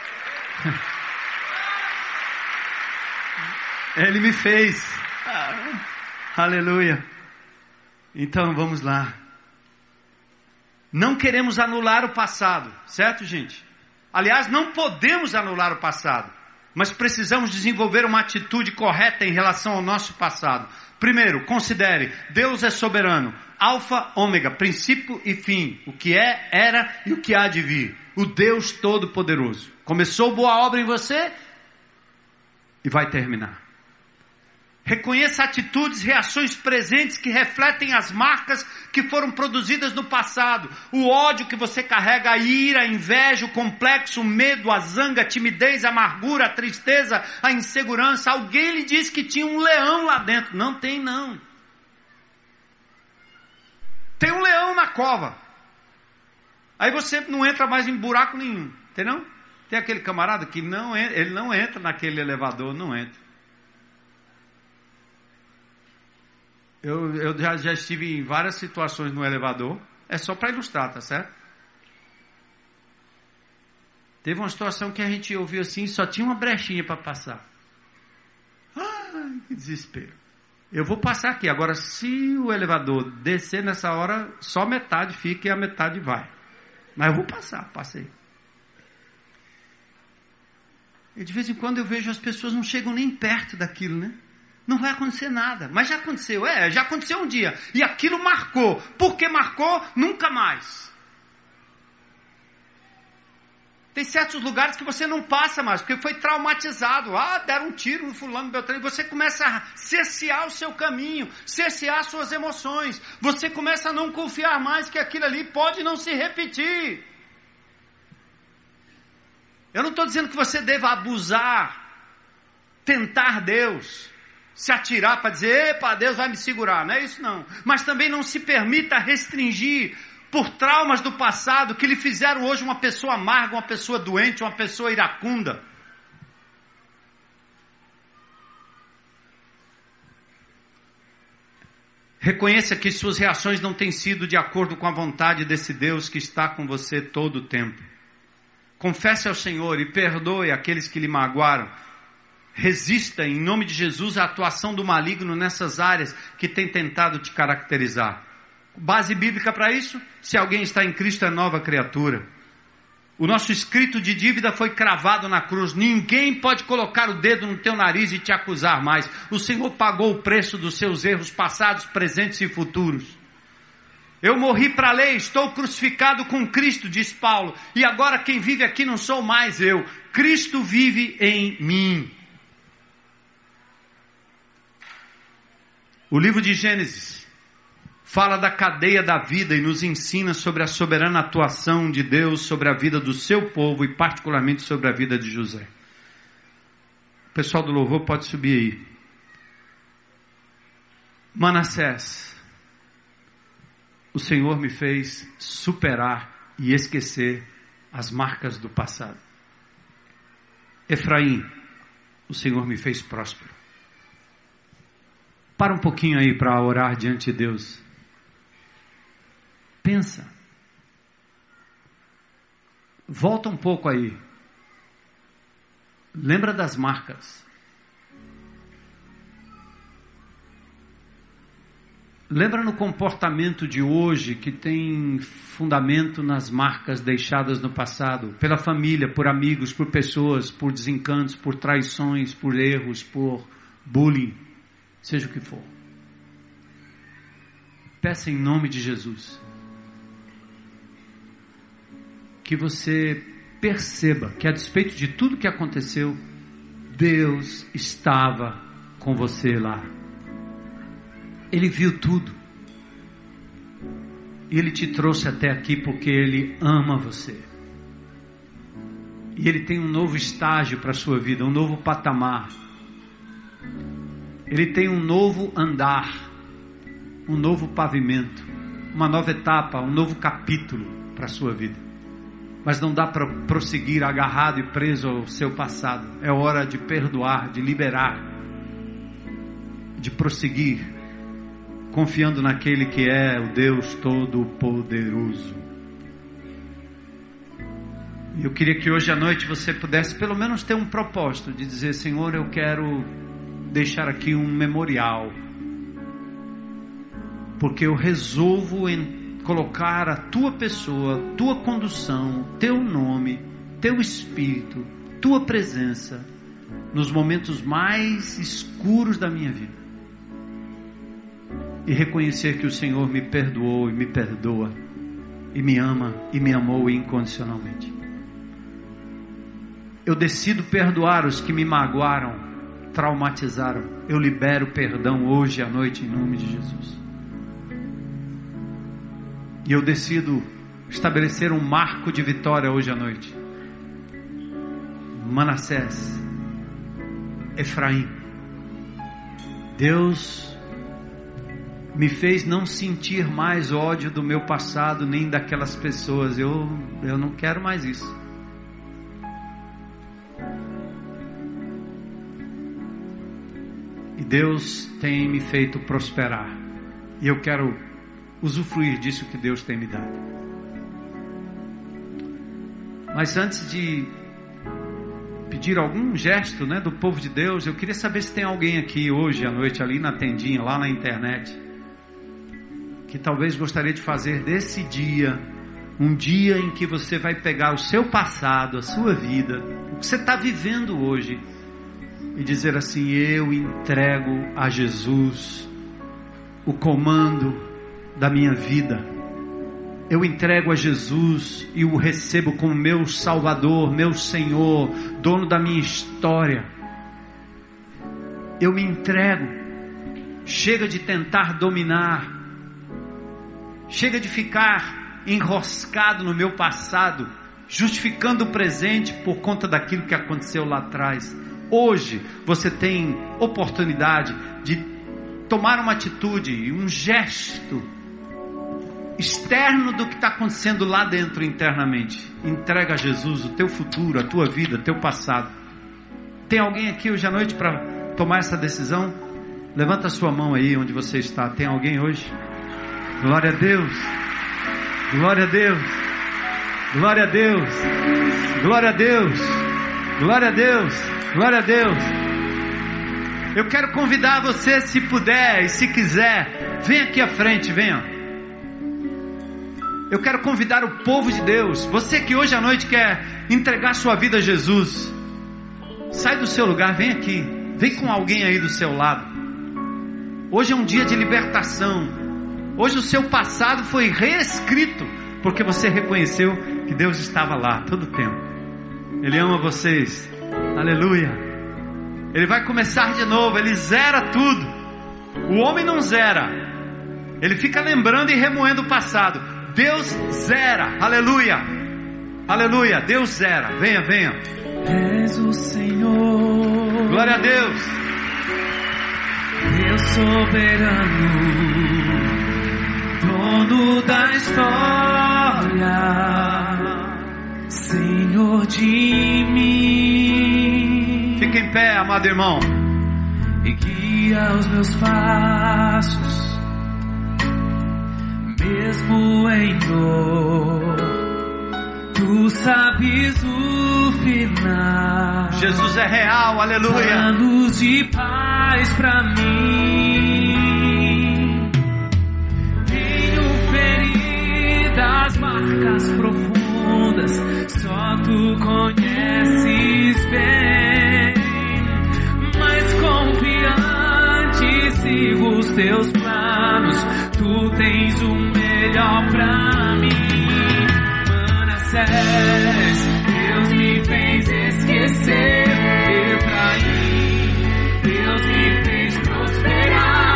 Ele me fez. Aleluia. Então vamos lá. Não queremos anular o passado, certo, gente? Aliás, não podemos anular o passado, mas precisamos desenvolver uma atitude correta em relação ao nosso passado. Primeiro, considere: Deus é soberano, alfa, ômega, princípio e fim, o que é, era e o que há de vir, o Deus Todo-Poderoso. Começou boa obra em você e vai terminar. Reconheça atitudes, reações presentes que refletem as marcas que foram produzidas no passado. O ódio que você carrega, a ira, a inveja, o complexo, o medo, a zanga, a timidez, a amargura, a tristeza, a insegurança. Alguém lhe disse que tinha um leão lá dentro. Não tem, não. Tem um leão na cova. Aí você não entra mais em buraco nenhum. Entendeu? Tem aquele camarada que não, ele não entra naquele elevador, não entra. Eu, eu já, já estive em várias situações no elevador. É só para ilustrar, tá certo? Teve uma situação que a gente ouviu assim, só tinha uma brechinha para passar. Ai, que desespero. Eu vou passar aqui. Agora, se o elevador descer nessa hora, só metade fica e a metade vai. Mas eu vou passar, passei. E de vez em quando eu vejo as pessoas não chegam nem perto daquilo, né? Não vai acontecer nada, mas já aconteceu, é, já aconteceu um dia, e aquilo marcou. Por que marcou? Nunca mais. Tem certos lugares que você não passa mais, porque foi traumatizado. Ah, deram um tiro no fulano, Beltrano, e você começa a cercear o seu caminho, cercear suas emoções, você começa a não confiar mais que aquilo ali pode não se repetir. Eu não estou dizendo que você deva abusar, tentar Deus, se atirar para dizer: epa, Deus vai me segurar. Não é isso não. Mas também não se permita restringir por traumas do passado que lhe fizeram hoje uma pessoa amarga, uma pessoa doente, uma pessoa iracunda. Reconheça que suas reações não têm sido de acordo com a vontade desse Deus que está com você todo o tempo. Confesse ao Senhor e perdoe aqueles que lhe magoaram. Resista em nome de Jesus à atuação do maligno nessas áreas que tem tentado te caracterizar. Base bíblica para isso: se alguém está em Cristo, é nova criatura. O nosso escrito de dívida foi cravado na cruz. Ninguém pode colocar o dedo no teu nariz e te acusar mais. O Senhor pagou o preço dos seus erros passados, presentes e futuros. Eu morri para a lei, estou crucificado com Cristo, diz Paulo. E agora quem vive aqui não sou mais eu. Cristo vive em mim. O livro de Gênesis fala da cadeia da vida e nos ensina sobre a soberana atuação de Deus sobre a vida do seu povo e particularmente sobre a vida de José. O pessoal do louvor pode subir aí. Manassés, o Senhor me fez superar e esquecer as marcas do passado. Efraim, o Senhor me fez próspero. Para um pouquinho aí para orar diante de Deus. Pensa. Volta um pouco aí. Lembra das marcas. Lembra no comportamento de hoje que tem fundamento nas marcas deixadas no passado, pela família, por amigos, por pessoas, por desencantos, por traições, por erros, por bullying, seja o que for. Peça em nome de Jesus que você perceba que, a despeito de tudo que aconteceu, Deus estava com você lá. Ele viu tudo. E Ele te trouxe até aqui porque Ele ama você. E Ele tem um novo estágio para a sua vida, um novo patamar. Ele tem um novo andar, um novo pavimento, uma nova etapa, um novo capítulo para a sua vida. Mas não dá para prosseguir agarrado e preso ao seu passado. É hora de perdoar, de liberar, de prosseguir, confiando naquele que é o Deus Todo-Poderoso. E eu queria que hoje à noite você pudesse pelo menos ter um propósito de dizer: Senhor, eu quero deixar aqui um memorial, porque eu resolvo em colocar a tua pessoa, tua condução, teu nome, teu espírito, tua presença nos momentos mais escuros da minha vida, e reconhecer que o Senhor me perdoou e me perdoa e me ama e me amou incondicionalmente. Eu decido perdoar os que me magoaram, traumatizaram. Eu libero perdão hoje à noite em nome de Jesus. E eu decido estabelecer um marco de vitória hoje à noite. Manassés, Efraim, Deus me fez não sentir mais ódio do meu passado, nem daquelas pessoas. Eu, eu não quero mais isso. E Deus tem me feito prosperar. E eu quero usufruir disso que Deus tem me dado. Mas antes de pedir algum gesto, né, do povo de Deus, eu queria saber se tem alguém aqui hoje à noite, ali na tendinha, lá na internet, que talvez gostaria de fazer desse dia um dia em que você vai pegar o seu passado, a sua vida, o que você está vivendo hoje, e dizer assim: eu entrego a Jesus o comando da minha vida. Eu entrego a Jesus e o recebo como meu Salvador, meu Senhor, dono da minha história. Eu me entrego. Chega de tentar dominar. Chega de ficar enroscado no meu passado, justificando o presente por conta daquilo que aconteceu lá atrás. Hoje você tem oportunidade de tomar uma atitude, um gesto externo do que está acontecendo lá dentro internamente. Entrega a Jesus o teu futuro, a tua vida, o teu passado. Tem alguém aqui hoje à noite para tomar essa decisão? Levanta a sua mão aí onde você está. Tem alguém hoje? Glória a Deus, glória a Deus, glória a Deus, glória a Deus, glória a Deus, glória a Deus. Eu quero convidar você, se puder e se quiser, vem aqui à frente, venha. Eu quero convidar o povo de Deus, você que hoje à noite quer entregar sua vida a Jesus, sai do seu lugar, vem aqui, vem com alguém aí do seu lado. Hoje é um dia de libertação. Hoje o seu passado foi reescrito, porque você reconheceu que Deus estava lá todo o tempo. Ele ama vocês, aleluia. Ele vai começar de novo, Ele zera tudo. O homem não zera, ele fica lembrando e remoendo o passado. Deus zera, aleluia, aleluia, Deus zera. Venha, venha. És o Senhor, glória a Deus, Deus soberano, dono da história, Senhor de mim. Fica em pé, amado irmão, e guia os meus passos, mesmo em dor, tu sabes o final. Jesus é real, aleluia. Planos de paz pra mim. Tenho feridas, marcas profundas, só tu conheces bem. Mas confiante sigo os teus planos, tu tens o melhor pra mim. Manassés, Deus me fez esquecer, eu traí, Deus me fez prosperar.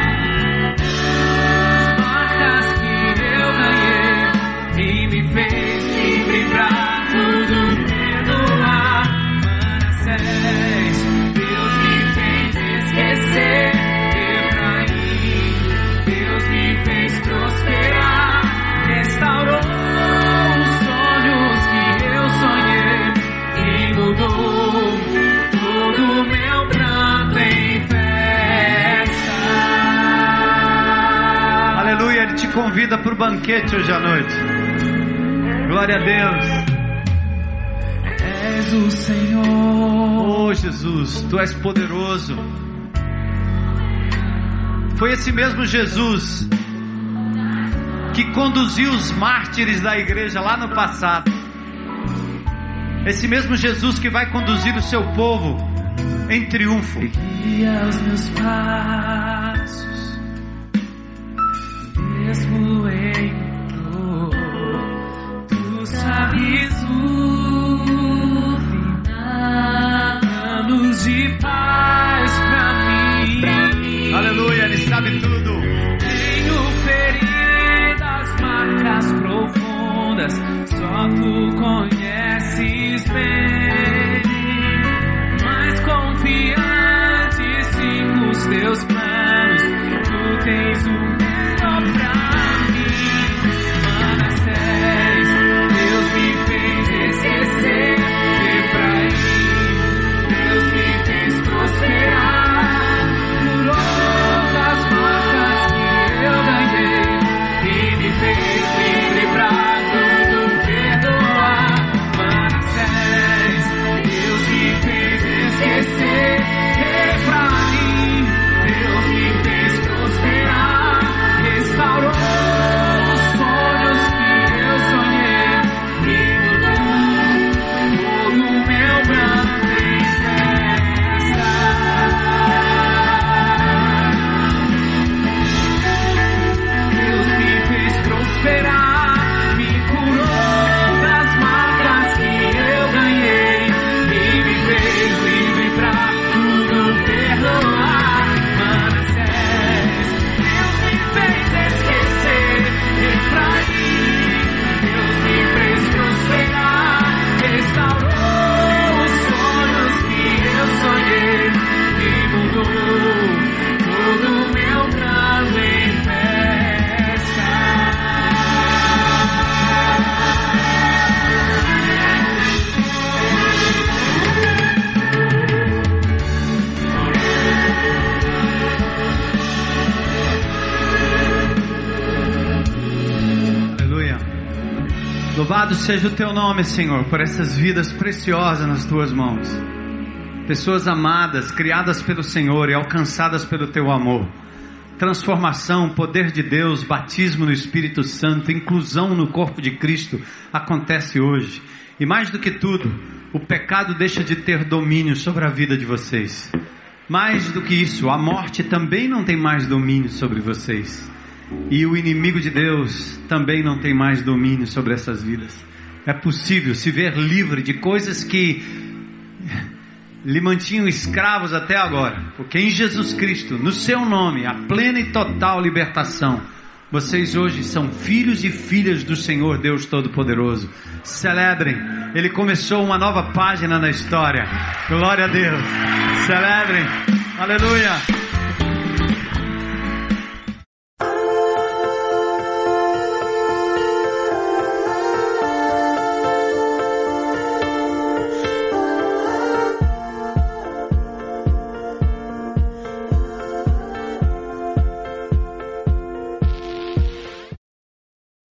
As marcas que eu ganhei e me fez livre pra tudo perdoar. Manassés, Deus me fez esquecer, eu traí, Deus me fez prosperar. Restaurou os sonhos que eu sonhei e mudou todo o meu pranto em festa. Aleluia, Ele te convida para o banquete hoje à noite. Glória a Deus. És o Senhor. Oh Jesus, Tu és poderoso. Foi esse mesmo Jesus que conduziu os mártires da igreja lá no passado. Esse mesmo Jesus que vai conduzir o seu povo em triunfo. Guia os meus passos, mesmo em dor, tu sabes o final. Anos de paz pra mim. Aleluia, Ele sabe tudo. Tenho feridas, marcas profundas, só tu conheces bem. Mas confiante sigo os teus planos, tu tens o melhor pra mim. Manassés, Deus me fez esquecer, retrair, Deus me fez prosperar. Curou das marcas que eu ganhei e me fez livre pra tudo perdoar. Manassés, Deus me fez esquecer, retrair, Deus me fez prosperar. Restaurou os sonhos que eu sonhei e mudou todo o meu pranto em festa. Deus me fez prosperar, me curou das marcas que eu ganhei e me fez livre pra tudo perdoar. Manassés, Deus me fez esquecer, retrair, Deus me fez prosperar. Restaurou os sonhos que eu sonhei e mudou todo o meu pranto em festa. Aleluia. Louvado seja o Teu nome, Senhor, por essas vidas preciosas nas Tuas mãos. Pessoas amadas, criadas pelo Senhor e alcançadas pelo Teu amor. transformação, poder de Deus, batismo no Espírito Santo, inclusão no corpo de Cristo acontece hoje. E mais do que tudo, o pecado deixa de ter domínio sobre a vida de vocês. Mais do que isso, a morte também não tem mais domínio sobre vocês. E o inimigo de Deus também não tem mais domínio sobre essas vidas. É possível se ver livre de coisas que lhe mantinham escravos até agora, porque em Jesus Cristo, no seu nome, a plena e total libertação. Vocês hoje são filhos e filhas do Senhor Deus Todo-Poderoso. Celebrem, Ele começou uma nova página na história. Glória a Deus. Celebrem, aleluia.